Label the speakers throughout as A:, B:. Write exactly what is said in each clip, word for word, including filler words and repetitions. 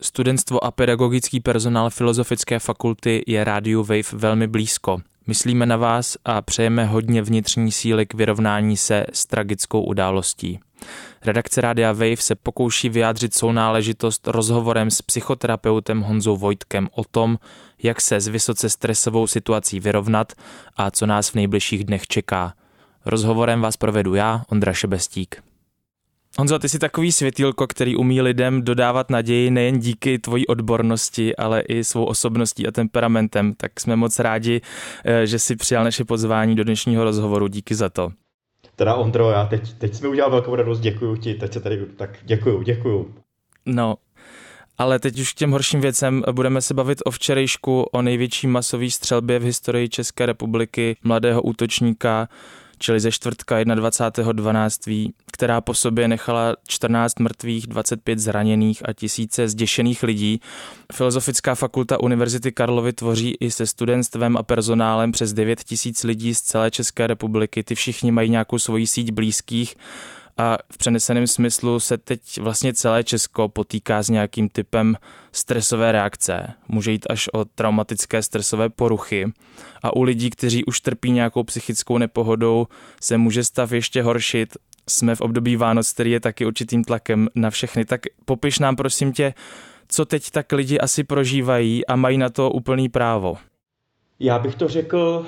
A: Studentstvo a pedagogický personál Filozofické fakulty je rádiu Wave velmi blízko. Myslíme na vás a přejeme hodně vnitřní síly k vyrovnání se s tragickou událostí. Redakce Rádia Wave se pokouší vyjádřit sounáležitost rozhovorem s psychoterapeutem Honzou Vojtkem o tom, jak se s vysoce stresovou situací vyrovnat a co nás v nejbližších dnech čeká. Rozhovorem vás provedu já, Ondra Šebestík. Honzo, ty jsi takový světýlko, který umí lidem dodávat naději nejen díky tvojí odbornosti, ale i svou osobností a temperamentem. Tak jsme moc rádi, že jsi přijal naše pozvání do dnešního rozhovoru. Díky za to.
B: Teda Ondro, já teď, teď jsi mi udělal velkou radost, děkuju ti, teď se tady, tak děkuju, děkuju.
A: No, ale teď už k těm horším věcem budeme se bavit o včerejšku, o největší masové střelbě v historii České republiky, mladého útočníka, čili ze čtvrtka dvacátého prvního dvanáctého která po sobě nechala čtrnáct mrtvých, dvacet pět zraněných a tisíce zděšených lidí. Filozofická fakulta Univerzity Karlovy tvoří i se studentstvem a personálem přes devět tisíc lidí z celé České republiky. Ty všichni mají nějakou svoji síť blízkých a v přeneseném smyslu se teď vlastně celé Česko potýká s nějakým typem stresové reakce. Může jít až o traumatické stresové poruchy a u lidí, kteří už trpí nějakou psychickou nepohodou, se může stav ještě horšit. Jsme v období Vánoc, který je taky určitým tlakem na všechny. Tak popiš nám prosím tě, co teď tak lidi asi prožívají a mají na to úplný právo.
B: Já bych to řekl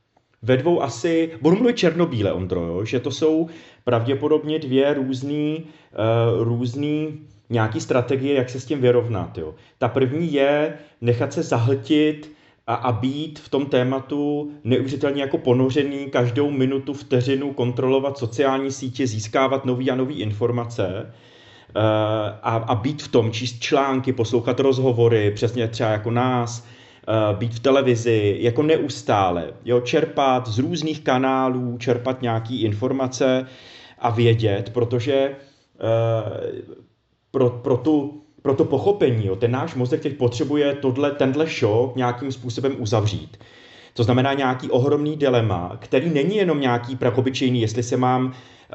B: ve dvou asi, budu mluvit černobíle, Ondro, jo? Že to jsou pravděpodobně dvě různý, uh, různý nějaký strategie, jak se s tím vyrovnat. Jo? Ta první je nechat se zahltit a, a být v tom tématu neuvěřitelně jako ponořený, každou minutu, vteřinu kontrolovat sociální sítě, získávat nový a nový informace uh, a, a být v tom, číst články, poslouchat rozhovory, přesně třeba jako nás, uh, být v televizi, jako neustále, jo? Čerpat z různých kanálů, čerpat nějaký informace a vědět, protože uh, pro, pro, tu, pro to pochopení, jo, ten náš mozek teď potřebuje tohle, tenhle šok nějakým způsobem uzavřít. To znamená nějaký ohromný dilema, který není jenom nějaký prakobyčejný, jestli se mám uh,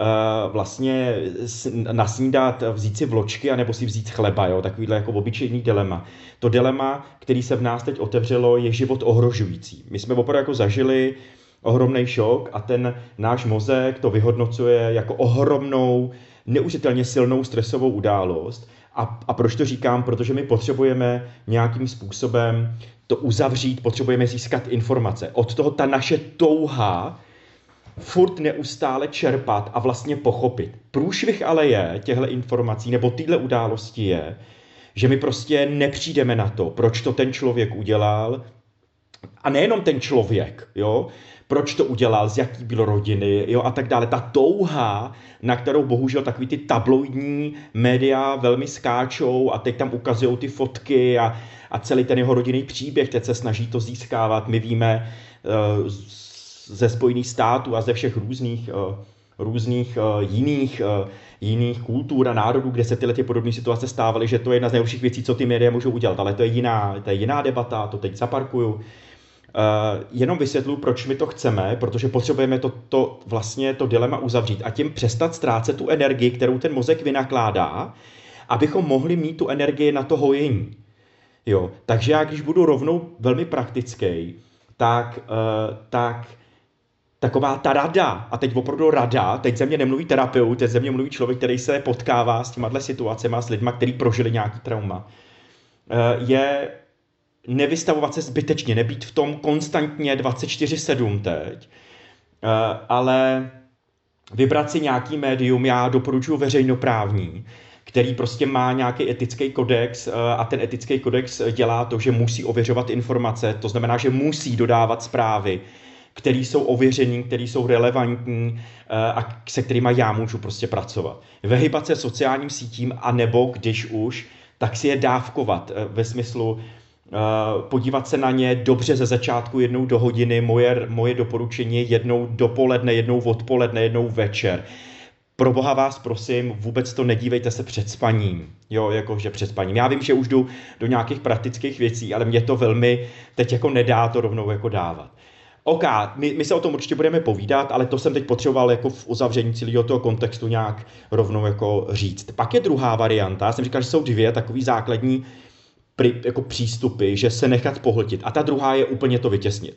B: vlastně nasnídat, vzít si vločky, anebo si vzít chleba, jo, takovýhle jako obyčejný dilema. To dilema, který se v nás teď otevřelo, je život ohrožující. My jsme opravdu jako zažili ohromný šok a ten náš mozek to vyhodnocuje jako ohromnou, neuvěřitelně silnou stresovou událost. A, a proč to říkám? Protože my potřebujeme nějakým způsobem to uzavřít, potřebujeme získat informace. Od toho ta naše touha furt neustále čerpat a vlastně pochopit. Průšvih ale je těchto informací, nebo téhle události je, že my prostě nepřijdeme na to, proč to ten člověk udělal. A nejenom ten člověk, jo, proč to udělal, z jaký byl rodiny, jo, a tak dále. Ta touha, na kterou bohužel takový ty tabloidní média velmi skáčou a teď tam ukazují ty fotky a, a celý ten jeho rodinný příběh, teď se snaží to získávat. My víme uh, ze Spojených států a ze všech různých, uh, různých uh, jiných, uh, jiných kultur a národů, kde se tyhle ty podobné situace stávaly, že to je jedna z nejhorších věcí, co ty média můžou udělat. Ale to je jiná, to je jiná debata, to teď zaparkuju. Uh, jenom vysvětluji, proč my to chceme, protože potřebujeme to, to vlastně to dilema uzavřít a tím přestat ztrácet tu energii, kterou ten mozek vynakládá, abychom mohli mít tu energii na to hojení. Jo, takže já když budu rovnou velmi praktický, tak, uh, tak taková ta rada, a teď opravdu rada, teď ze mě nemluví terapeut, teď ze mě mluví člověk, který se potkává s těmahle situacemi a s lidma, kteří prožili nějaký trauma, uh, je nevystavovat se zbytečně, nebýt v tom konstantně dvacet čtyři sedm teď, ale vybrat si nějaký médium, já doporučuji veřejnoprávní, který prostě má nějaký etický kodex a ten etický kodex dělá to, že musí ověřovat informace, to znamená, že musí dodávat zprávy, které jsou ověřený, které jsou relevantní a se kterými já můžu prostě pracovat. Vyhybat se sociálním sítím a nebo, když už, tak si je dávkovat ve smyslu Uh, podívat se na ně dobře ze začátku jednou do hodiny, moje, moje doporučení jednou dopoledne, jednou odpoledne, jednou večer. Pro boha vás prosím, vůbec to nedívejte se před spaním, jo, jakože před spaním. Já vím, že už jdu do nějakých praktických věcí, ale mě to velmi teď jako nedá to rovnou jako dávat. OK, my, my se o tom určitě budeme povídat, ale to jsem teď potřeboval jako v uzavření celého toho kontextu nějak rovnou jako říct. Pak je druhá varianta, já jsem říkal, že jsou dvě takový základní pri, jako přístupy, že se nechat pohltit. A ta druhá je úplně to vytěsnit.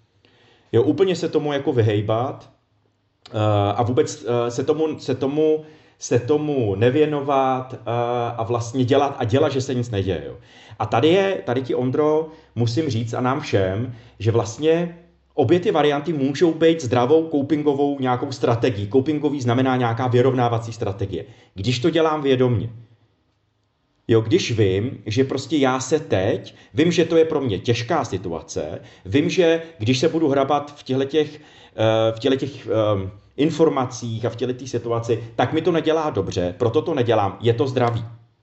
B: Jo, úplně se tomu jako vyhejbat uh, a vůbec uh, se tomu, se tomu, se tomu nevěnovat uh, a vlastně dělat a dělat, že se nic neděje. Jo. A tady je, tady ti, Ondro, musím říct a nám všem, že vlastně obě ty varianty můžou být zdravou copingovou nějakou strategií. Copingový znamená nějaká vyrovnávací strategie. Když to dělám vědomě. Jo, když vím, že prostě já se teď, vím, že to je pro mě těžká situace, vím, že když se budu hrabat v těchto těch, v těchto těch um, informacích a v těchto těch situaci, tak mi to nedělá dobře, proto to nedělám, je to zdravý.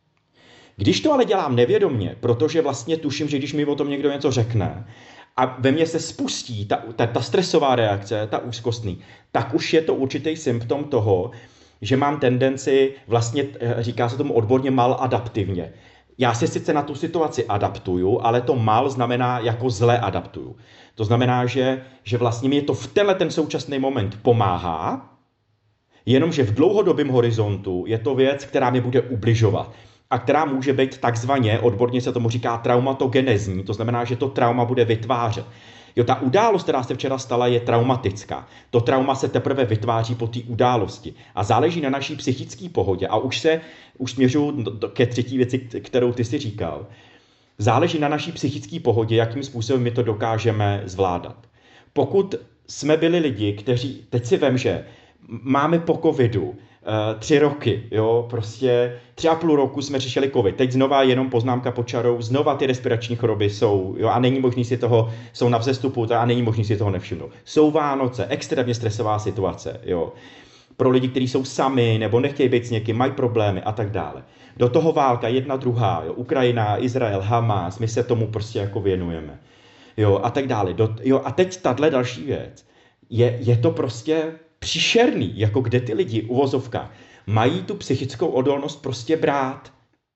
B: Když to ale dělám nevědomně, protože vlastně tuším, že když mi o tom někdo něco řekne a ve mně se spustí ta, ta, ta stresová reakce, ta úzkostný, tak už je to určitý symptom toho, že mám tendenci, vlastně říká se tomu odborně maladaptivně. Já se sice na tu situaci adaptuju, ale to mal znamená jako zle adaptuju. To znamená, že, že vlastně mi to v tenhle ten současný moment pomáhá, jenomže v dlouhodobém horizontu je to věc, která mi bude ubližovat a která může být takzvaně, odborně se tomu říká traumatogenezní, to znamená, že to trauma bude vytvářet. Jo, ta událost, která se včera stala, je traumatická. To trauma se teprve vytváří po té události. A záleží na naší psychické pohodě. A už se, už směřuju ke třetí věci, kterou ty si říkal. Záleží na naší psychické pohodě, jakým způsobem my to dokážeme zvládat. Pokud jsme byli lidi, kteří, teď si vem, že máme po covidu tři roky, jo, prostě tři a půl roku jsme řešili covid. Teď znova jenom poznámka pod čarou, znova ty respirační choroby jsou, jo, a není možný si toho, jsou na vzestupu a není možný si toho nevšimnout. Jsou Vánoce, extrémně stresová situace, jo, pro lidi, kteří jsou sami nebo nechtějí být s někým, mají problémy a tak dále. Do toho válka jedna druhá, jo, Ukrajina, Izrael, Hamas, my se tomu prostě jako věnujeme, jo, a tak dále. Do, jo, a teď tahle další věc, je, je to prostě příšerný, jako kde ty lidi, uvozovka, mají tu psychickou odolnost prostě brát.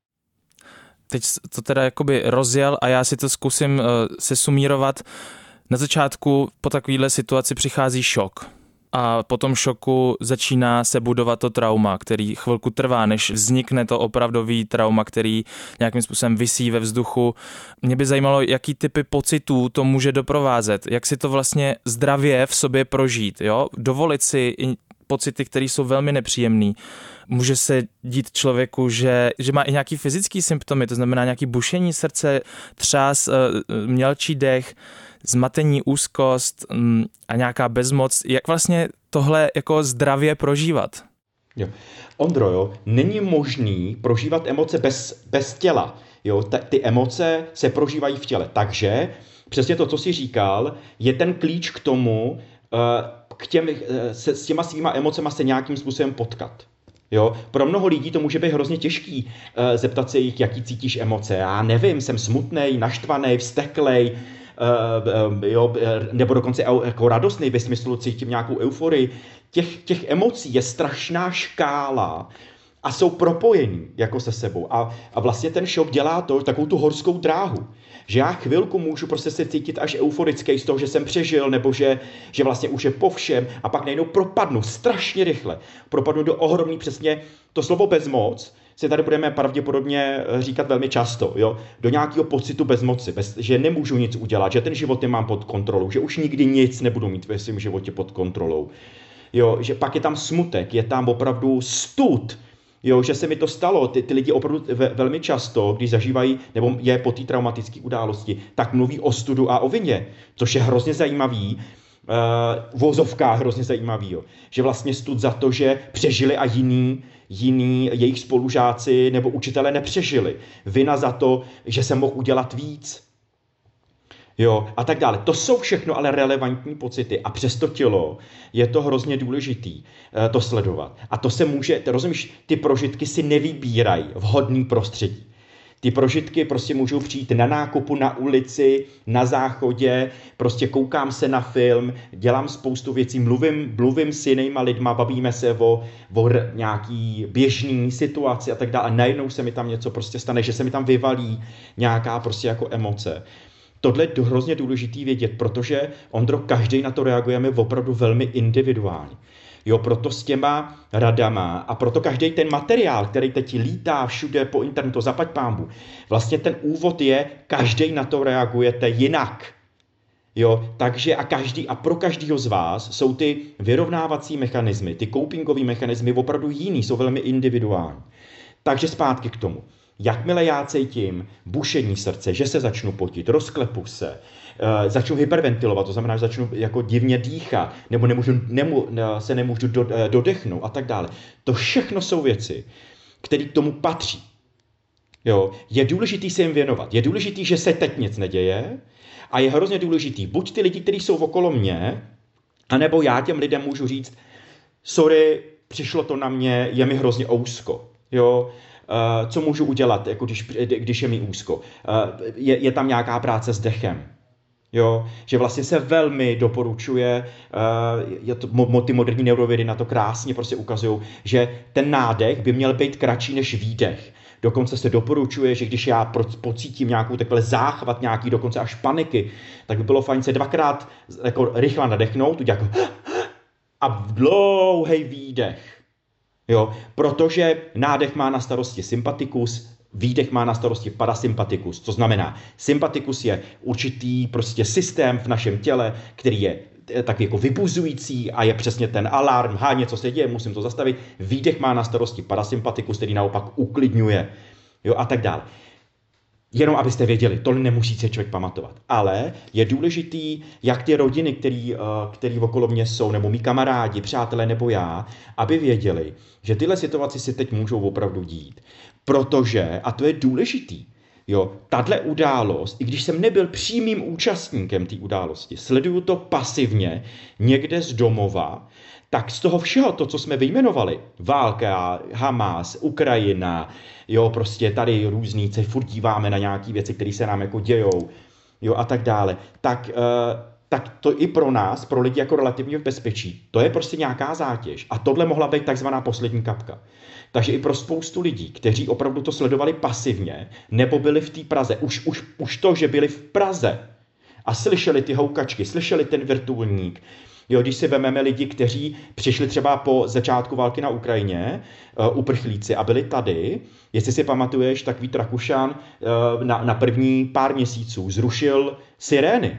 A: Teď to teda jakoby rozjel a já si to zkusím uh, sesumírovat. Na začátku po takovéhle situaci přichází šok. A po tom šoku začíná se budovat to trauma, který chvilku trvá, než vznikne to opravdový trauma, který nějakým způsobem visí ve vzduchu. Mě by zajímalo, jaký typy pocitů to může doprovázet, jak si to vlastně zdravě v sobě prožít, jo? Dovolit si i pocity, které jsou velmi nepříjemné. Může se dít člověku, že, že má i nějaký fyzický symptomy, to znamená nějaký bušení srdce, třás, mělčí dech, zmatení, úzkost a nějaká bezmoc. Jak vlastně tohle jako zdravě prožívat?
B: Jo. Ondro, jo, není možný prožívat emoce bez, bez těla. Jo, ta, ty emoce se prožívají v těle. Takže přesně to, co jsi říkal, je ten klíč k tomu, k těm, se, s těma svýma emocema se nějakým způsobem potkat. Jo? Pro mnoho lidí to může být hrozně těžký uh, zeptat se jich, jaký cítíš emoce. Já nevím, jsem smutnej, naštvanej, vzteklej, uh, uh, jo, nebo dokonce jako radostný, ve smyslu cítím nějakou euforii. Těch, těch emocí je strašná škála a jsou propojený jako se sebou. A, a vlastně ten šok dělá to, takovou tu horskou dráhu. Že já chvilku můžu prostě se cítit až euforický z toho, že jsem přežil, nebo že, že vlastně už je po všem a pak najednou propadnu strašně rychle. Propadnu do ohromný, přesně to slovo bezmoc si tady budeme pravděpodobně říkat velmi často, jo? Do nějakého pocitu bezmoci, bez, že nemůžu nic udělat, že ten život nemám pod kontrolou, že už nikdy nic nebudu mít ve svém životě pod kontrolou. Jo? Že pak je tam smutek, je tam opravdu stud, jo, že se mi to stalo, ty, ty lidi opravdu ve, velmi často, když zažívají, nebo je po té traumatické události, tak mluví o studu a o vině, což je hrozně zajímavý, uh, v vozovkách hrozně zajímavý, jo. Že vlastně stud za to, že přežili a jiný, jiný jejich spolužáci nebo učitelé nepřežili. Vina za to, že jsem mohl udělat víc. Jo, a tak dále. To jsou všechno ale relevantní pocity a přes to tělo je to hrozně důležitý to sledovat. A to se může, rozumíš, ty prožitky si nevybírají vhodný prostředí. Ty prožitky prostě můžou přijít na nákupu, na ulici, na záchodě, prostě koukám se na film, dělám spoustu věcí, mluvím, mluvím s jinýma lidma, bavíme se o, o nějaký běžný situaci a tak dále. A najednou se mi tam něco prostě stane, že se mi tam vyvalí nějaká prostě jako emoce. Tohle je hrozně důležitý vědět, protože, Ondro, každý na to reagujeme opravdu velmi individuálně. Jo, proto s těma radama a proto každý ten materiál, který teď lítá všude po internetu, zaplať pánbůh, vlastně ten úvod je, každý na to reagujete jinak. Jo, takže a každý a pro každého z vás jsou ty vyrovnávací mechanismy, ty copingové mechanismy opravdu jiný, jsou velmi individuální. Takže zpátky k tomu. Jakmile já cítím bušení srdce, že se začnu potit, rozklepu se, e, začnu hyperventilovat, to znamená, že začnu jako divně dýchat, nebo nemůžu, nemu, se nemůžu do, e, dodechnout a tak dále. To všechno jsou věci, které k tomu patří. Jo, je důležitý se jim věnovat. Je důležitý, že se teď nic neděje a je hrozně důležitý, buď ty lidi, kteří jsou okolo mě, anebo já těm lidem můžu říct, sorry, přišlo to na mě, je mi hrozně úzko. Jo, Uh, co můžu udělat, jako když, když je mi úzko. Uh, je, je tam nějaká práce s dechem. Jo? Že vlastně se velmi doporučuje, uh, je to, mo, ty moderní neurovědy na to krásně prostě ukazují, že ten nádech by měl být kratší než výdech. Dokonce se doporučuje, že když já pocítím nějakou takhle záchvat, nějaký dokonce až paniky, tak by bylo fajn se dvakrát jako rychle nadechnout, udělat jako a dlouhý výdech. Jo, protože nádech má na starosti sympatikus, výdech má na starosti parasympatikus. To znamená, sympatikus je určitý prostě systém v našem těle, který je takový jako vybuzující a je přesně ten alarm, ha, něco se děje, musím to zastavit. Výdech má na starosti parasympatikus, který naopak uklidňuje, jo, a tak dále. Jenom abyste věděli, to nemusí se člověk pamatovat. Ale je důležitý, jak ty rodiny, který, který okolo mě jsou, nebo mý kamarádi, přátelé nebo já, aby věděli, že tyhle situace si teď můžou opravdu dít. Protože, a to je důležitý, jo, tahle událost, i když jsem nebyl přímým účastníkem té události, sleduju to pasivně někde z domova, tak z toho všeho, to, co jsme vyjmenovali, válka, Hamas, Ukrajina, jo, prostě tady různý, se furt díváme na nějaké věci, které se nám jako dějou, jo, a tak dále, tak, uh, tak to i pro nás, pro lidi jako relativně v bezpečí, to je prostě nějaká zátěž. A tohle mohla být takzvaná poslední kapka. Takže i pro spoustu lidí, kteří opravdu to sledovali pasivně, nebo byli v té Praze, už, už, už to, že byli v Praze a slyšeli ty houkačky, slyšeli ten vrtulník. Jo, když si vememe lidi, kteří přišli třeba po začátku války na Ukrajině, uh, uprchlíci a byli tady, jestli si pamatuješ, tak Vít Rakušan uh, na, na první pár měsíců zrušil sirény.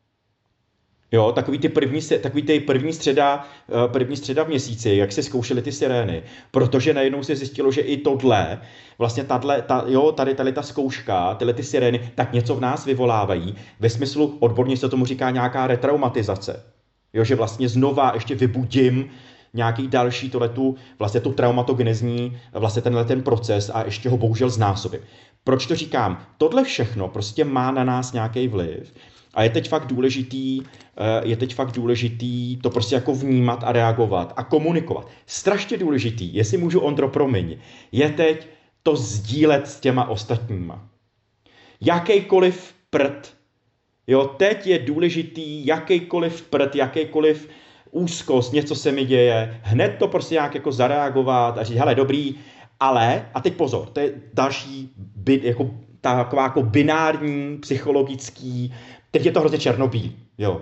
B: Jo, takový ty první, takový ty první středa, uh, první středa v měsíci, jak se zkoušely ty sirény, protože najednou se zjistilo, že i tohle, vlastně tato, ta, jo, tady, tady ta zkouška, tyhle ty sirény, tak něco v nás vyvolávají, ve smyslu, odborně se tomu říká nějaká retraumatizace. Jo, že vlastně znova ještě vybudím nějaký další tohletu, vlastně tu traumatogenezní, vlastně tenhle ten proces a ještě ho bohužel znásobím. Proč to říkám? Tohle všechno prostě má na nás nějaký vliv a je teď fakt důležitý, je teď fakt důležitý to prostě jako vnímat a reagovat a komunikovat. Strašně důležitý, jestli můžu, Ondro, promiň, je teď to sdílet s těma ostatníma. Jakýkoliv prd. Jo, teď je důležitý jakýkoliv prd, jakýkoliv úzkost, něco se mi děje, hned to prostě nějak jako zareagovat a říct, hele, dobrý, ale, a teď pozor, to je další, by, jako, taková jako binární, psychologický, teď je to hrozně černobílý, jo.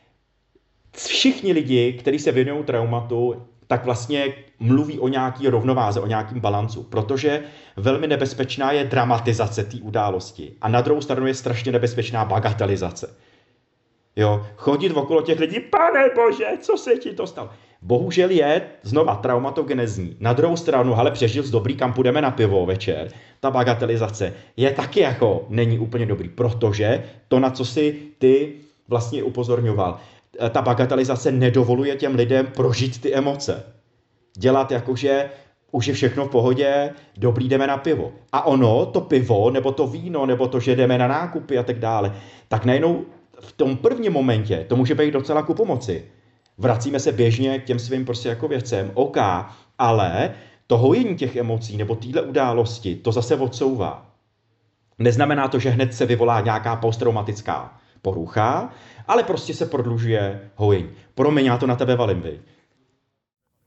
B: Všichni lidi, kteří se věnují traumatu, tak vlastně mluví o nějaký rovnováze, o nějakým balancu, protože velmi nebezpečná je dramatizace té události a na druhou stranu je strašně nebezpečná bagatelizace. Jo, chodit okolo těch lidí, pane bože, co se ti to stalo? Bohužel je znova traumatogenezní. Na druhou stranu, ale přežil z dobrý, kam půjdeme na pivo večer. Ta bagatelizace je taky jako není úplně dobrý, protože to, na co si ty vlastně upozorňoval, ta bagatelizace nedovoluje těm lidem prožít ty emoce. Dělat jakože už je všechno v pohodě, dobrý, jdeme na pivo. A ono, to pivo, nebo to víno, nebo to, že jdeme na nákupy a tak dále, tak najednou v tom prvním momentě to může být docela ku pomoci. Vracíme se běžně k těm svým prostě jako věcem, OK, ale to hojení těch emocí nebo téhle události to zase odsouvá. Neznamená to, že hned se vyvolá nějaká posttraumatická porucha, ale prostě se prodlužuje hojení. Promiň, já to na tebe valím, vy.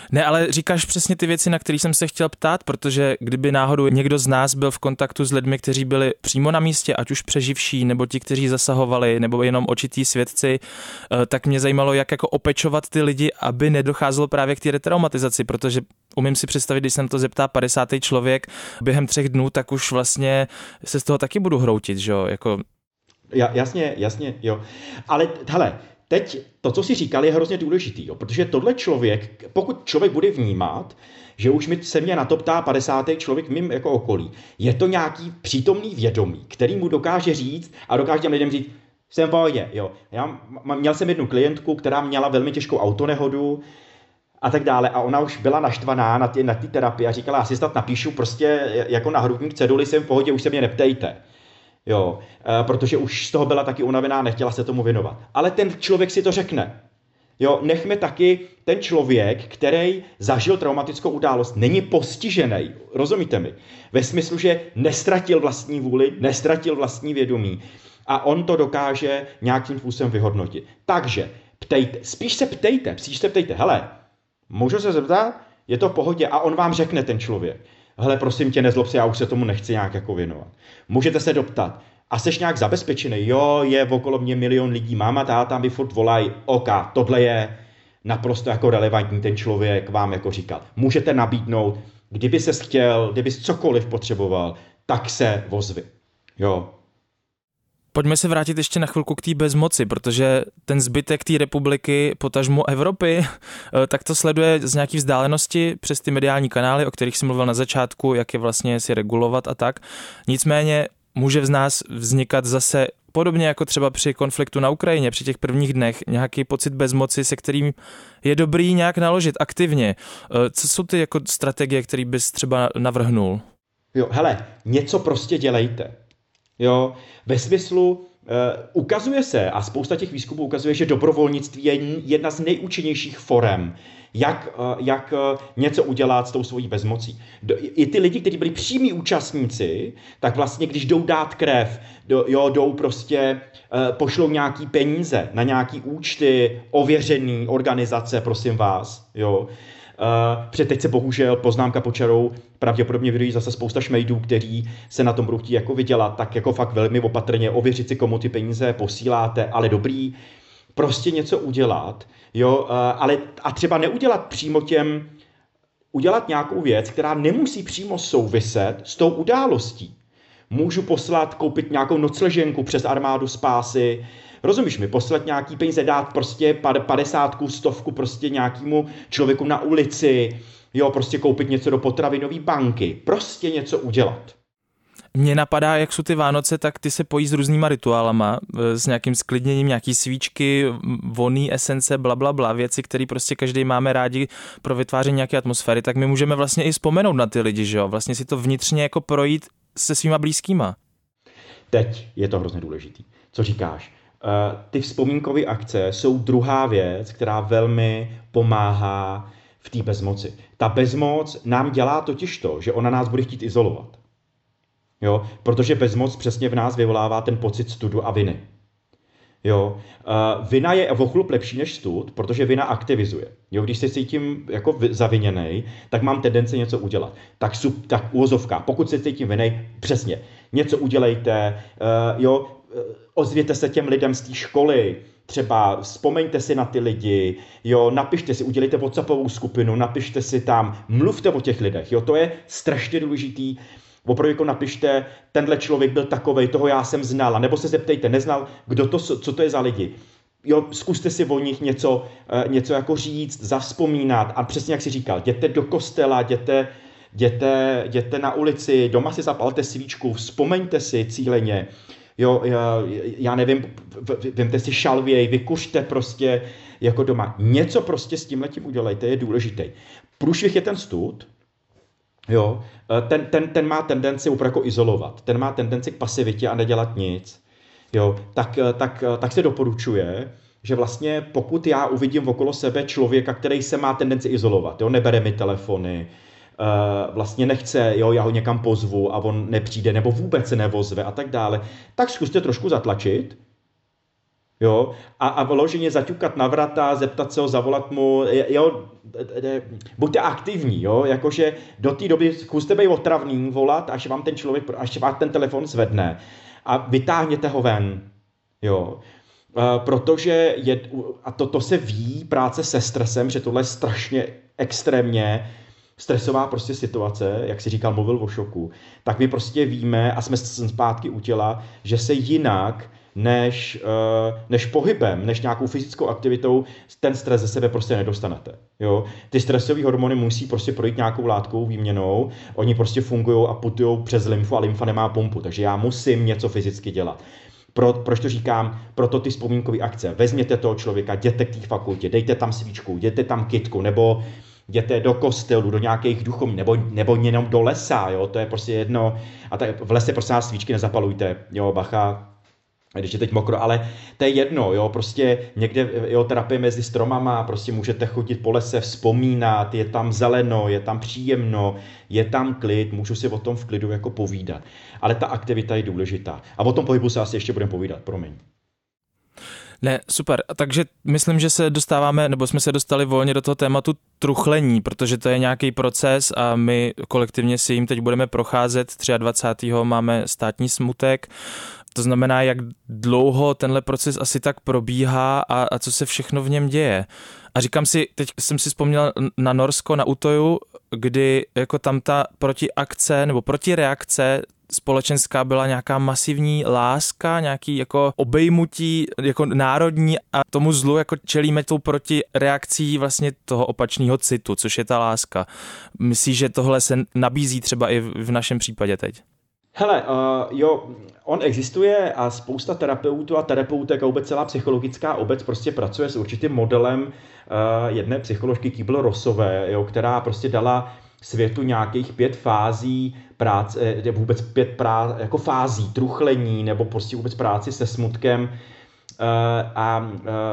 A: Ne, ale říkáš přesně ty věci, na které jsem se chtěl ptát, protože kdyby náhodou někdo z nás byl v kontaktu s lidmi, kteří byli přímo na místě, ať už přeživší, nebo ti, kteří zasahovali, nebo jenom očití svědci, tak mě zajímalo, jak jako opečovat ty lidi, aby nedocházelo právě k té retraumatizaci, protože umím si představit, když se na to zeptá padesátý člověk během třech dnů, tak už vlastně se z toho taky budu hroutit, že jo, jako...
B: Ja, jasně, jasně, jo. Ale hele, teď to, co jsi říkal, je hrozně důležitý, jo, protože tohle člověk, pokud člověk bude vnímat, že už mi, se mě na to ptá padesátý člověk v mým jako okolí, je to nějaký přítomný vědomí, který mu dokáže říct a dokáže těm lidem říct, jsem v pohodě, jo. Já měl jsem jednu klientku, která měla velmi těžkou autonehodu a tak dále a ona už byla naštvaná na té na ty terapii a říkala, já si snad napíšu prostě jako na hrudník ceduli, jsem v pohodě, už se mě neptejte. Jo, protože už z toho byla taky unavená, nechtěla se tomu věnovat. Ale ten člověk si to řekne. Jo, nechme taky ten člověk, který zažil traumatickou událost, není postižený, rozumíte mi? Ve smyslu, že nestratil vlastní vůli, nestratil vlastní vědomí a on to dokáže nějakým způsobem vyhodnotit. Takže ptejte, spíš se ptejte, spíš se ptejte, hele, můžu se zeptat? Je to v pohodě a on vám řekne ten člověk. Hele, prosím tě, nezlob se, já už se tomu nechci nějak jako věnovat. Můžete se doptat. A seš nějak zabezpečený? Jo, je okolo mě milion lidí, máma, táta mi furt volají, oka, tohle je naprosto jako relevantní, ten člověk vám jako říkal. Můžete nabídnout, kdyby ses chtěl, kdyby cokoliv potřeboval, tak se ozvi. Jo.
A: Pojďme se vrátit ještě na chvilku k té bezmoci, protože ten zbytek té republiky, potažmo Evropy, tak to sleduje z nějaký vzdálenosti přes ty mediální kanály, o kterých jsem mluvil na začátku, jak je vlastně si regulovat a tak. Nicméně může v nás vznikat zase podobně jako třeba při konfliktu na Ukrajině, při těch prvních dnech, nějaký pocit bezmoci, se kterým je dobrý nějak naložit aktivně. Co jsou ty jako strategie, které bys třeba navrhnul?
B: Jo, hele, něco prostě dělejte. Jo, ve smyslu, uh, ukazuje se, a spousta těch výzkumů ukazuje, že dobrovolnictví je jedna z nejúčinnějších forem, jak, uh, jak uh, něco udělat s tou svojí bezmocí. Do, I ty lidi, kteří byli přímí účastníci, tak vlastně, když jdou dát krev, do, jo, jdou prostě, uh, pošlou nějaký peníze na nějaký účty, ověřený organizace, prosím vás, jo. Uh, protože teď se bohužel poznámka pod čarou pravděpodobně vyrojí zase spousta šmejdů, kteří se na tom budou chtít jako vydělat, tak jako fakt velmi opatrně ověřit si, komu ty peníze posíláte, ale dobrý, prostě něco udělat, jo, uh, ale a třeba neudělat přímo těm, udělat nějakou věc, která nemusí přímo souviset s tou událostí. Můžu poslat, koupit nějakou nocleženku přes armádu spásy, rozumíš mi, poslat nějaký peníze, dát prostě padesátku, stovku prostě nějakému člověku na ulici, jo, prostě koupit něco do potravinové banky, prostě něco udělat.
A: Mně napadá, jak jsou ty Vánoce, tak ty se pojí s různýma rituálama, s nějakým sklidněním, nějaký svíčky, vonný esence, blablabla, bla, bla, věci, které prostě každý máme rádi pro vytváření nějaké atmosféry, tak my můžeme vlastně i vzpomenout na ty lidi, že jo, vlastně si to vnitřně jako projít se svýma blízkýma.
B: Teď je to hrozně důležitý. Co říkáš? Uh, ty vzpomínkové akce jsou druhá věc, která velmi pomáhá v té bezmoci. Ta bezmoc nám dělá totiž to, že ona nás bude chtít izolovat. Jo? Protože bezmoc přesně v nás vyvolává ten pocit studu a viny. Jo? Uh, vina je o chlup lepší než stud, protože vina aktivizuje. Jo? Když se cítím jako zaviněnej, tak mám tendenci něco udělat. Tak, sub, tak úvozovka, pokud se cítím vinej, přesně, něco udělejte, uh, jo, ozvěte se těm lidem z té školy, třeba vzpomeňte si na ty lidi, jo, napište si, udělejte WhatsAppovou skupinu, napište si tam, mluvte o těch lidech, jo, to je strašně důležitý. Opravdu jako napište, tenhle člověk byl takovej, toho já jsem znal, nebo se zeptejte, neznal, kdo to, co to je za lidi. Jo, zkuste si o nich něco, něco jako říct, zavzpomínat a přesně jak jsi říkal, jděte do kostela, jděte, jděte, jděte na ulici, doma si zapalte svíčku, vzpomeňte si cíleně, jo, já, já nevím, vemte si šalvěj, vykuřte prostě jako doma. Něco prostě s tímhletím udělejte, je důležitý. Průšvih je ten stud, jo, ten, ten, ten má tendenci opravdu jako izolovat, ten má tendenci k pasivitě a nedělat nic, jo, tak, tak, tak se doporučuje, že vlastně pokud já uvidím okolo sebe člověka, který se má tendenci izolovat, jo, nebere mi telefony, Uh, vlastně nechce, jo, já ho někam pozvu a on nepřijde, nebo vůbec se nevozve a tak dále, tak zkuste trošku zatlačit, Jo, a, a vloženě zaťukat na vrata, zeptat se ho, zavolat mu, jo, buďte aktivní, jo, jakože do té doby zkuste být otravný, volat, až vám ten člověk, až vám ten telefon zvedne a vytáhněte ho ven, jo, protože je, a to, to se ví, práce se stresem, že tohle je strašně extrémně stresová prostě situace, jak si říkal, mluvil o šoku, tak my prostě víme a jsme zpátky u těla, že se jinak než, než pohybem, než nějakou fyzickou aktivitou ten stres ze sebe prostě nedostanete. Jo? Ty stresové hormony musí prostě projít nějakou látkovou výměnou, oni prostě fungují a putujou přes lymfu a lymfa nemá pumpu, takže já musím něco fyzicky dělat. Pro, proč to říkám? Proto ty vzpomínkové akce. Vezměte toho člověka, jděte k té fakultě, dejte tam svíčku, jděte tam kytku, nebo jděte do kostelu, do nějakých duchovní, nebo, nebo jenom do lesa, jo? To je prostě jedno. A tak v lese prostě svíčky nezapalujte, jo, bacha, když je teď mokro, ale to je jedno, jo, prostě někde, jo, terapie mezi stromama, prostě můžete chodit po lese, vzpomínat, je tam zeleno, je tam příjemno, je tam klid, můžu si o tom v klidu jako povídat, ale ta aktivita je důležitá. A o tom pohybu se asi ještě budeme povídat, promiň.
A: Ne, super. Takže myslím, že se dostáváme, nebo jsme se dostali volně do toho tématu truchlení, protože to je nějaký proces a my kolektivně si jim teď budeme procházet. dvacátého třetího máme státní smutek. To znamená, jak dlouho tenhle proces asi tak probíhá a, a co se všechno v něm děje. A říkám si, teď jsem si vzpomněl na Norsko, na Utoju, kdy jako tam ta protiakce nebo protireakce společenská byla nějaká masivní láska, nějaký jako obejmutí jako národní a tomu zlu jako čelíme tou protireakcí vlastně toho opačného citu, což je ta láska. Myslíš, že tohle se nabízí třeba i v našem případě teď?
B: Hele, uh, jo, on existuje a spousta terapeutů a terapeutek a vůbec celá psychologická obec prostě pracuje s určitým modelem uh, jedné psycholožky Kübler-Rossové, jo, která prostě dala světu nějakých pět fází práce, vůbec pět prá, jako fází truchlení nebo prostě vůbec práci se smutkem uh, a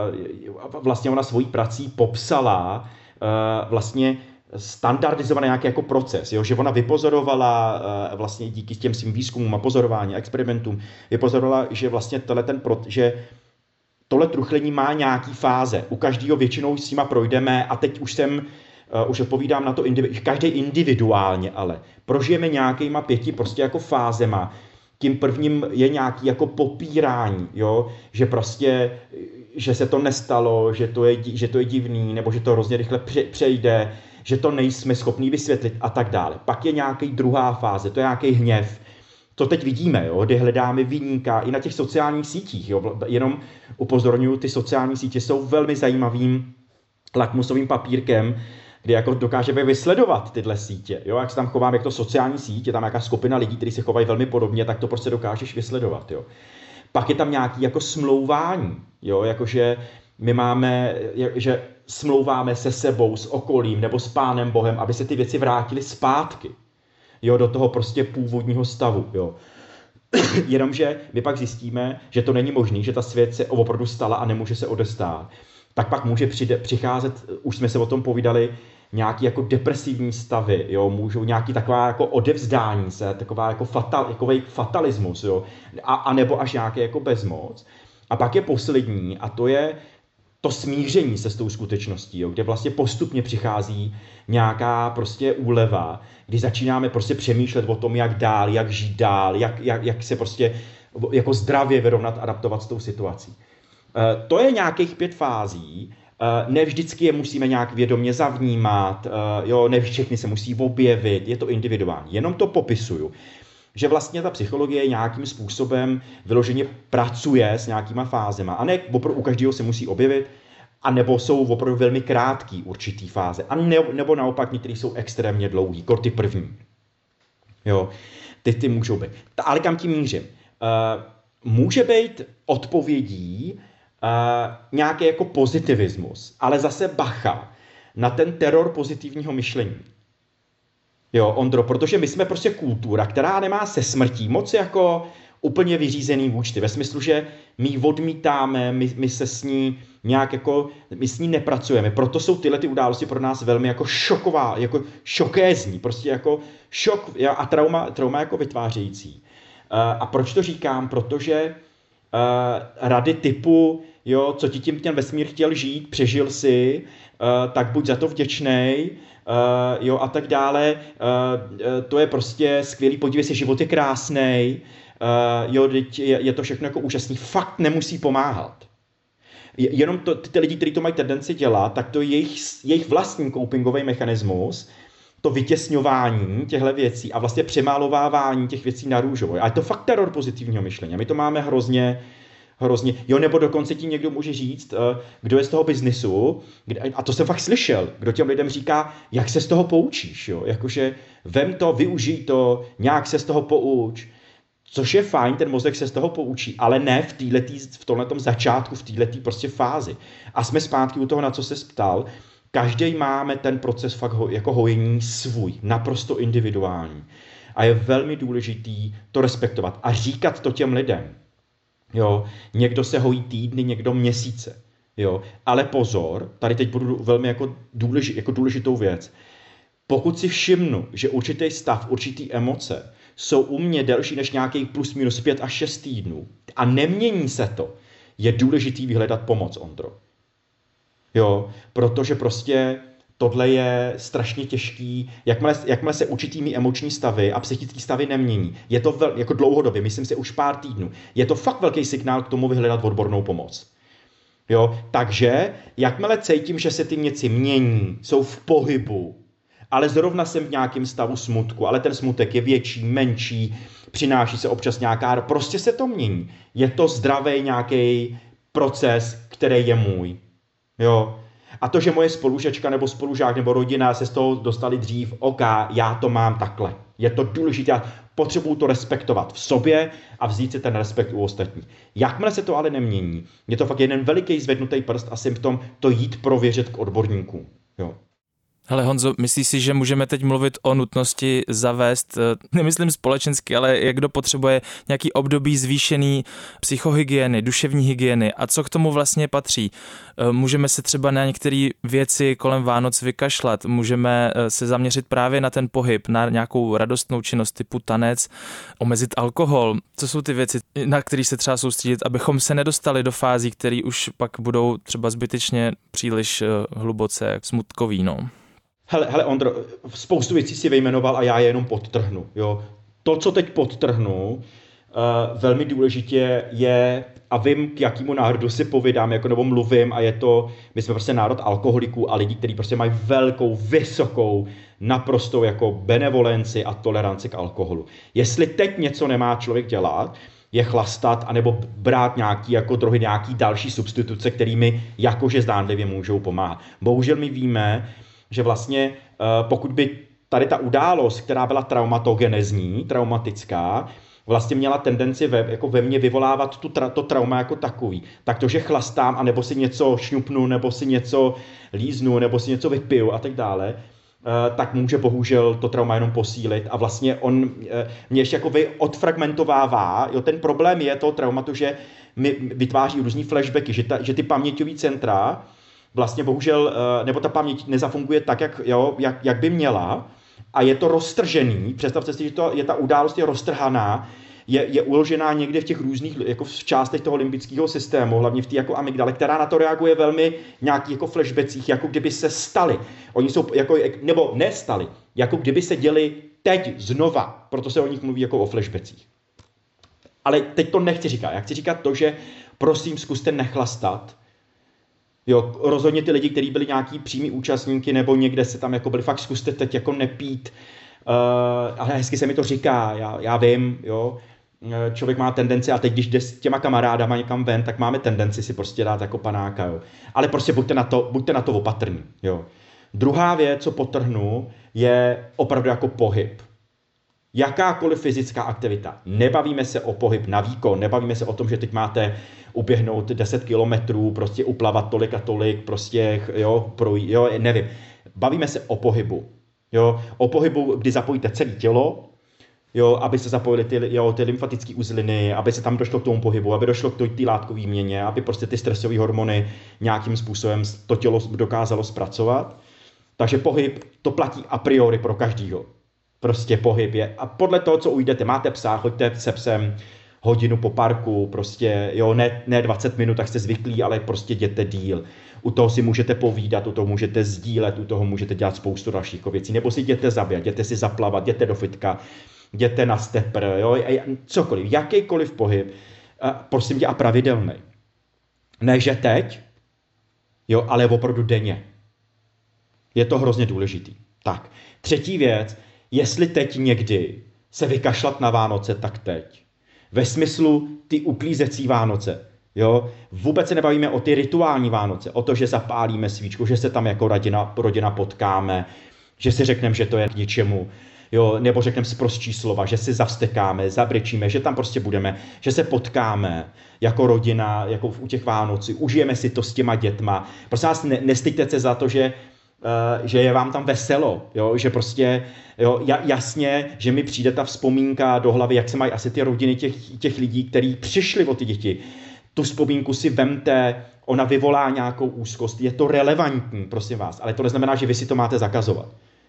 B: uh, vlastně ona svojí prací popsala uh, vlastně standardizovaný nějaký jako proces, jo? Že ona vypozorovala uh, vlastně díky těm svým výzkumům a pozorování, experimentům, vypozorovala, že vlastně tohle ten pro, že tohle truchlení má nějaký fáze. U každého většinou s nima projdeme a teď už jsem Uh, už odpovídám na to, individu- každý individuálně, ale prožijeme nějakýma pěti prostě jako fázema. Tím prvním je nějaký jako popírání, jo? Že prostě, že se to nestalo, že to je, že to je divný, nebo že to hrozně rychle přejde, že to nejsme schopní vysvětlit a tak dále. Pak je nějaký druhá fáze, to je nějaký hněv. To teď vidíme, jo? Kdy hledáme viníka i na těch sociálních sítích. Jo? Jenom upozorňuji, ty sociální sítě jsou velmi zajímavým lakmusovým papírkem, kdy jako dokážeme vysledovat tyhle sítě. Jo? Jak se tam chováme, jak to sociální sítě, je tam nějaká skupina lidí, kteří se chovají velmi podobně, tak to prostě dokážeš vysledovat. Jo? Pak je tam nějaký jako smlouvání, jo? Jakože my máme, že smlouváme se sebou, s okolím nebo s Pánem Bohem, aby se ty věci vrátily zpátky, jo? Do toho prostě původního stavu. Jo? Jenomže my pak zjistíme, že to není možné, že ta svět se opravdu stala a nemůže se odestát. Tak pak může přijde, přicházet, už jsme se o tom povídali, nějaký jako depresivní stavy, jo, můžou nějaký taková jako odevzdání se, taková jako fatal, takový fatalismus, jo, a, a nebo až nějaký jako bezmoc. A pak je poslední a to je to smíření se s tou skutečností, jo, kde vlastně postupně přichází nějaká prostě úleva, kdy začínáme prostě přemýšlet o tom, jak dál, jak žít dál, jak, jak, jak se prostě jako zdravě vyrovnat, adaptovat s tou situací. Uh, to je nějakých pět fází, uh, ne vždycky je musíme nějak vědomě zavnímat, uh, jo, ne všechny se musí objevit, je to individuální, jenom to popisuju, že vlastně ta psychologie nějakým způsobem vyloženě pracuje s nějakýma fázema a ne opravdu u každého se musí objevit, a nebo jsou opravdu velmi krátký určitý fáze, a ne, nebo naopak některé jsou extrémně dlouhý, jako ty první. Jo, ty, ty můžou být. Ale kam tím mířím? Uh, může být odpovědí Uh, nějaký jako pozitivismus, ale zase bacha na ten teror pozitivního myšlení. Jo, Ondro, protože my jsme prostě kultura, která nemá se smrtí moc jako úplně vyřízený účty, ve smyslu, že my ji odmítáme, my, my se s ní nějak jako, my s ní nepracujeme, proto jsou tyhle ty události pro nás velmi jako šoková, jako šokézní, prostě jako šok a trauma, trauma jako vytvářející. Uh, a proč to říkám? Protože rady typu, jo, co ti tím ten vesmír chtěl žít, přežil si, uh, tak buď za to vděčnej, uh, jo, a tak dále. Uh, to je prostě skvělý, podívej se, život je krásnej, uh, jo, je, je to všechno jako úžasný, fakt nemusí pomáhat. Jenom to, ty lidi, kteří to mají tendenci dělat, tak to je jejich, jejich vlastní copingový mechanismus, to vytěsňování těchto věcí a vlastně přemálovávání těch věcí na růžovo. A je to fakt teror pozitivního myšlení. My to máme hrozně, hrozně. Jo, nebo dokonce ti někdo může říct, kdo je z toho biznisu, a to jsem fakt slyšel, kdo těm lidem říká, jak se z toho poučíš, jo? Jakože vem to, využij to, nějak se z toho pouč. Což je fajn, ten mozek se z toho poučí, ale ne v této, v tomhletom začátku, v této prostě fázi. A jsme zpátky u toho, na co se ptal. Každý máme ten proces fakt ho, jako hojení svůj, naprosto individuální. A je velmi důležitý to respektovat a říkat to těm lidem. Jo? Někdo se hojí týdny, někdo měsíce. Jo? Ale pozor, tady teď budu velmi jako, důležit, jako důležitou věc. Pokud si všimnu, že určitý stav, určitý emoce jsou u mě delší než nějakých plus minus pět až šest týdnů a nemění se to, je důležitý vyhledat pomoc, Ondro. Jo, protože prostě tohle je strašně těžký, jakmile, jakmile se určitými emoční stavy a psychické stavy nemění. Je to vel, jako dlouhodobě, myslím si už pár týdnů. Je to fakt velký signál k tomu vyhledat odbornou pomoc. Jo, takže jakmile cítím, že se ty věci mění, jsou v pohybu, ale zrovna jsem v nějakém stavu smutku, ale ten smutek je větší, menší, přináší se občas nějaká, prostě se to mění. Je to zdravý nějaký proces, který je můj. Jo. A to, že moje spolužečka nebo spolužák nebo rodina se z toho dostali dřív, ok, já to mám takhle. Je to důležité, já potřebuju to respektovat v sobě a vzít si ten respekt u ostatních. Jakmile se to ale nemění, je to fakt jeden veliký zvednutý prst a symptom to jít prověřit k odborníkům. Jo.
A: Hele Honzo, myslíš si, že můžeme teď mluvit o nutnosti zavést, nemyslím společensky, ale jak kdo potřebuje nějaký období zvýšený psychohygieny, duševní hygieny a co k tomu vlastně patří? Můžeme se třeba na některé věci kolem Vánoc vykašlat, můžeme se zaměřit právě na ten pohyb, na nějakou radostnou činnost typu tanec, omezit alkohol. Co jsou ty věci, na které se třeba soustředit, abychom se nedostali do fází, které už pak budou třeba zbytečně příliš hluboce smutkový, no?
B: Hele, hele Ondro, spoustu věcí si vyjmenoval a já je jenom podtrhnu. Jo. To, co teď podtrhnu, uh, velmi důležitě je, a vím, k jakému národu si povídám, jako nebo mluvím, a je to, my jsme prostě národ alkoholiků a lidí, kteří prostě mají velkou, vysokou, naprostou jako benevolenci a toleranci k alkoholu. Jestli teď něco nemá člověk dělat, je chlastat, anebo brát nějaký jako drogy, nějaký další substituce, kterými jakože zdánlivě můžou pomáhat. Bohužel my víme, že vlastně pokud by tady ta událost, která byla traumatogenezní, traumatická, vlastně měla tendenci ve, jako ve mně vyvolávat tu tra, to trauma jako takový, tak to, že chlastám, anebo si něco šňupnu, nebo si něco líznu, nebo si něco vypiju a tak dále, tak může bohužel to trauma jenom posílit a vlastně on mě ještě jako odfragmentovává. Jo, ten problém je toho traumatu, že mi vytváří různý flashbacky, že, ta, že ty paměťové centra vlastně bohužel, nebo ta paměť nezafunguje tak, jak, jo, jak, jak by měla a je to roztržený. Představte si, že to, je ta událost je roztrhaná, je, je uložená někde v těch různých jako v částech toho limbického systému, hlavně v té jako amygdale, která na to reaguje velmi nějaký jako flashbackích, jako kdyby se staly. Oni jsou jako, nebo nestali, jako kdyby se děli teď znova, proto se o nich mluví jako o flashbackích. Ale teď to nechci říkat, já chci říkat to, že prosím zkuste nechlastat. Jo, rozhodně ty lidi, kteří byli nějaký přímí účastníky nebo někde se tam jako byli, fakt zkuste teď jako nepít. Uh, ale hezky se mi to říká, já, já vím, jo. Člověk má tendenci, a teď když jde s těma kamarádama někam ven, tak máme tendenci si prostě dát jako panáka, jo. Ale prostě buďte na to, buďte na to opatrní, jo. Druhá věc, co podtrhnu, je opravdu jako pohyb. Jakákoliv fyzická aktivita. Nebavíme se o pohyb na výkon, nebavíme se o tom, že teď máte uběhnout deset kilometrů, prostě uplavat tolik a tolik, prostě, jo, projít, jo, nevím. Bavíme se o pohybu, jo, o pohybu, kdy zapojíte celé tělo, jo, aby se zapojily ty, jo, ty lymfatické uzliny, aby se tam došlo k tomu pohybu, aby došlo k té látkové výměně, aby prostě ty stresové hormony nějakým způsobem to tělo dokázalo zpracovat. Takže pohyb, to platí a priori pro každýho. Prostě pohyb je. A podle toho, co ujdete, máte psa, choďte se psem, hodinu po parku, prostě, jo, ne, ne dvacet minut, tak jste zvyklí, ale prostě jděte díl. U toho si můžete povídat, u toho můžete sdílet, u toho můžete dělat spoustu dalších věcí, nebo si jděte zaběhat, jděte si zaplavat, jděte do fitka, jděte na stepr, jo, cokoliv, jakýkoliv pohyb, prosím tě, a pravidelný. Ne, že teď, jo, ale opravdu denně. Je to hrozně důležitý. Tak, třetí věc, jestli teď někdy se vykašlat na Vánoce, tak teď. Ve smyslu ty uklízecí Vánoce. Jo? Vůbec se nebavíme o ty rituální Vánoce, o to, že zapálíme svíčku, že se tam jako rodina, rodina potkáme, že si řekneme, že to je k ničemu, jo? Nebo řekneme sprostší slova, že si zavstekáme, zabrečíme, že tam prostě budeme, že se potkáme jako rodina, jako u těch Vánocí, užijeme si to s těma dětma. Prosím vás, ne, nestyďte se za to, že Uh, že je vám tam veselo, jo? Že prostě jo, jasně, že mi přijde ta vzpomínka do hlavy, jak se mají asi ty rodiny těch, těch lidí, kteří přišli o ty děti. Tu vzpomínku si vemte, ona vyvolá nějakou úzkost, je to relevantní, prosím vás, ale to neznamená, že vy si to máte zakazovat.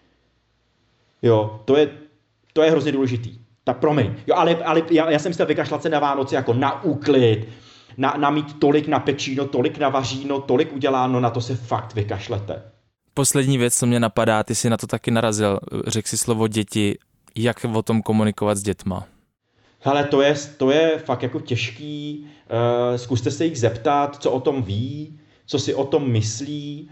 B: Jo, to je, to je hrozně důležitý. Tak promiň, jo, ale, ale já, já jsem si vykašlat se na Vánoce jako na úklid, na, na mít tolik na pečíno, tolik na vaříno, tolik uděláno, na to se fakt vykašlete.
A: Poslední věc, co mě napadá, ty jsi na to taky narazil, řekl si slovo děti, jak o tom komunikovat s dětma?
B: Hele, to je, to je fakt jako těžký, uh, zkuste se jich zeptat, co o tom ví, co si o tom myslí,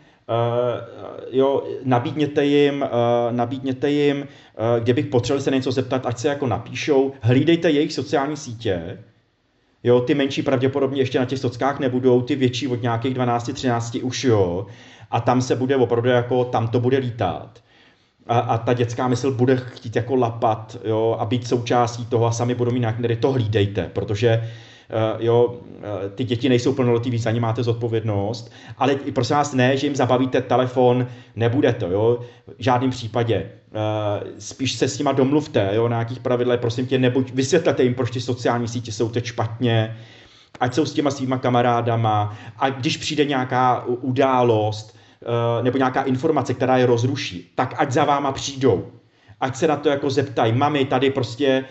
B: uh, jo, nabídněte jim, uh, nabídněte jim, uh, kdybych potřeboval se něco zeptat, ať se jako napíšou, hlídejte jejich sociální sítě, jo, ty menší pravděpodobně ještě na těch sockách nebudou, ty větší od nějakých dvanáct třináct už jo, a tam se bude opravdu jako, tam to bude lítat. A, a ta dětská mysl bude chtít jako lapat, jo, a být součástí toho a sami budou mít nějaký, to hlídejte, protože uh, jo, uh, ty děti nejsou plnoletý, vy za ně máte zodpovědnost, ale prosím vás ne, že jim zabavíte telefon, nebude to, jo, v žádném případě. Uh, spíš se s nima domluvte, jo, na nějakých pravidlech, prosím tě, nebuď, vysvětlete jim, proč ty sociální sítě jsou teď špatně, ať jsou s těma svýma kamarádama, a když přijde nějaká událost, nebo nějaká informace, která je rozruší, tak ať za váma přijdou. Ať se na to jako zeptají. Mami, tady prostě,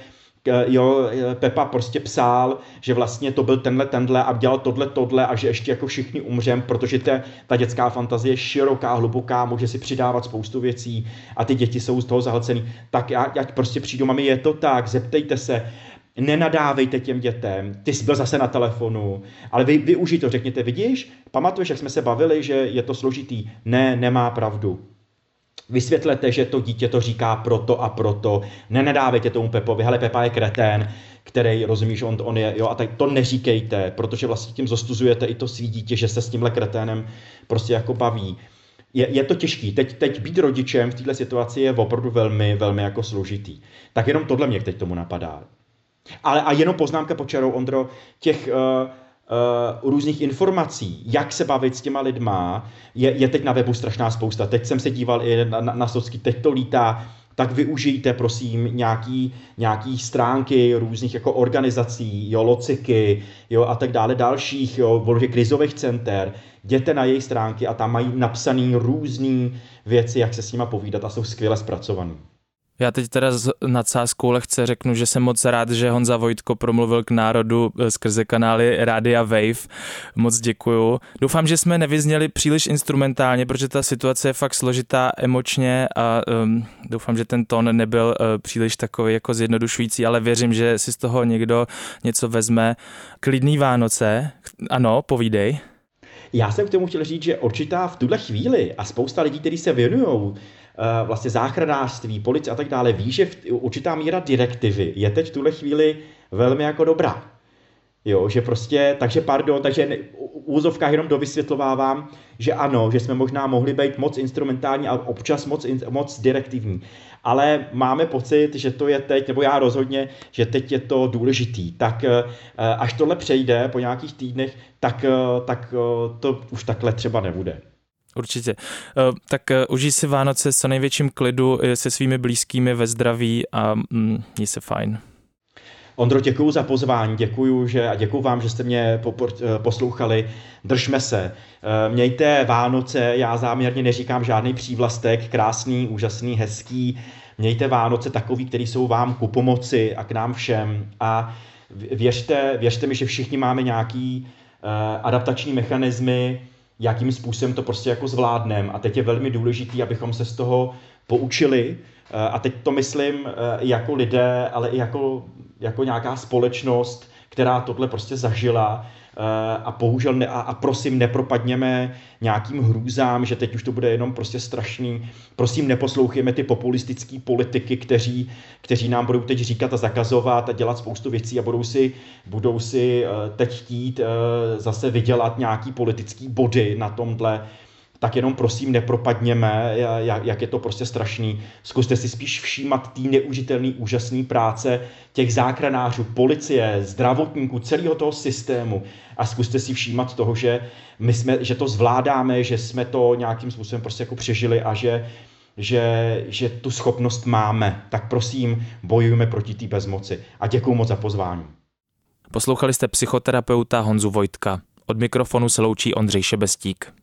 B: jo, Pepa prostě psal, že vlastně to byl tenhle, tenhle a dělal tohle, tohle a že ještě jako všichni umřem, protože te, ta dětská fantazie je široká, hluboká, může si přidávat spoustu věcí a ty děti jsou z toho zahlcený. Tak ať prostě přijdou, mami, je to tak, zeptejte se. Nenadávejte těm dětem, ty jsi byl zase na telefonu, ale vy využij to, řekněte, vidíš, pamatuješ, jak jsme se bavili, že je to složitý? Ne, nemá pravdu. Vysvětlete, že to dítě to říká proto a proto, nenadávejte tomu Pepovi, hele, Pepa je kretén, který, rozumíš, on, on je, jo, a tak to neříkejte, protože vlastně tím zostuzujete i to svý dítě, že se s tímhle kreténem prostě jako baví. Je, je to těžký, teď, teď být rodičem v této situaci je opravdu velmi, velmi jako složitý. Tak jenom tohle mě teď tomu napadá. Ale a jenom poznámka pod čarou, Ondro, těch uh, uh, různých informací, jak se bavit s těma lidma, je, je teď na webu strašná spousta. Teď jsem se díval i na, na, na socky, teď to lítá, tak využijte, prosím, nějaký, nějaký stránky různých jako organizací, jo, lociky, jo, a tak dále, dalších, jo, vložek krizových center, jděte na jejich stránky a tam mají napsané různé věci, jak se s nima povídat a jsou skvěle zpracované.
A: Já teď teda s nadsázkou lehce řeknu, že jsem moc rád, že Honza Vojtko promluvil k národu skrze kanály Rádia Wave. Moc děkuju. Doufám, že jsme nevyzněli příliš instrumentálně, protože ta situace je fakt složitá emočně a um, doufám, že ten tón nebyl uh, příliš takový jako zjednodušující, ale věřím, že si z toho někdo něco vezme. Klidný Vánoce. Ano, povídej.
B: Já jsem k tomu chtěl říct, že určitá v tuhle chvíli a spousta lidí, kteří se věnují vlastně záchranářství, policie a tak dále, ví, že určitá míra direktivy je teď v tuhle chvíli velmi jako dobrá. Jo, že prostě, takže pardon, takže úzovkách jenom dovysvětlovávám, že ano, že jsme možná mohli být moc instrumentální a občas moc, moc direktivní. Ale máme pocit, že to je teď, nebo já rozhodně, že teď je to důležitý. Tak až tohle přejde po nějakých týdnech, tak, tak to už takhle třeba nebude.
A: Určitě. Tak užij si Vánoce s co největším klidu se svými blízkými ve zdraví a mm, měj se fajn.
B: Ondro, děkuju za pozvání, děkuju, že, a děkuju vám, že jste mě poslouchali. Držme se. Mějte Vánoce, já záměrně neříkám žádný přívlastek, krásný, úžasný, hezký. Mějte Vánoce takový, který jsou vám ku pomoci a k nám všem. A věřte, věřte mi, že všichni máme nějaký uh, adaptační mechanismy, jakým způsobem to prostě jako zvládneme. A teď je velmi důležité, abychom se z toho poučili. Uh, a teď to myslím uh, jako lidé, ale i jako, jako nějaká společnost, která tohle prostě zažila. A bohužel ne, a, a prosím, nepropadněme nějakým hrůzám, že teď už to bude jenom prostě strašný. Prosím, neposlouchejme ty populistický politiky, kteří, kteří nám budou teď říkat a zakazovat a dělat spoustu věcí a budou si, budou si teď chtít zase vydělat nějaký politický body na tomhle. Tak jenom prosím nepropadněme, jak je to prostě strašný. Zkuste si spíš všímat té neužitelné, úžasné práce těch záchranářů, policie, zdravotníků, celého toho systému a zkuste si všímat toho, že my jsme, že to zvládáme, že jsme to nějakým způsobem prostě jako přežili a že, že, že tu schopnost máme. Tak prosím, bojujeme proti té bezmoci. A děkuju moc za pozvání.
A: Poslouchali jste psychoterapeuta Honzu Vojtka. Od mikrofonu se loučí Ondřej Šebestík.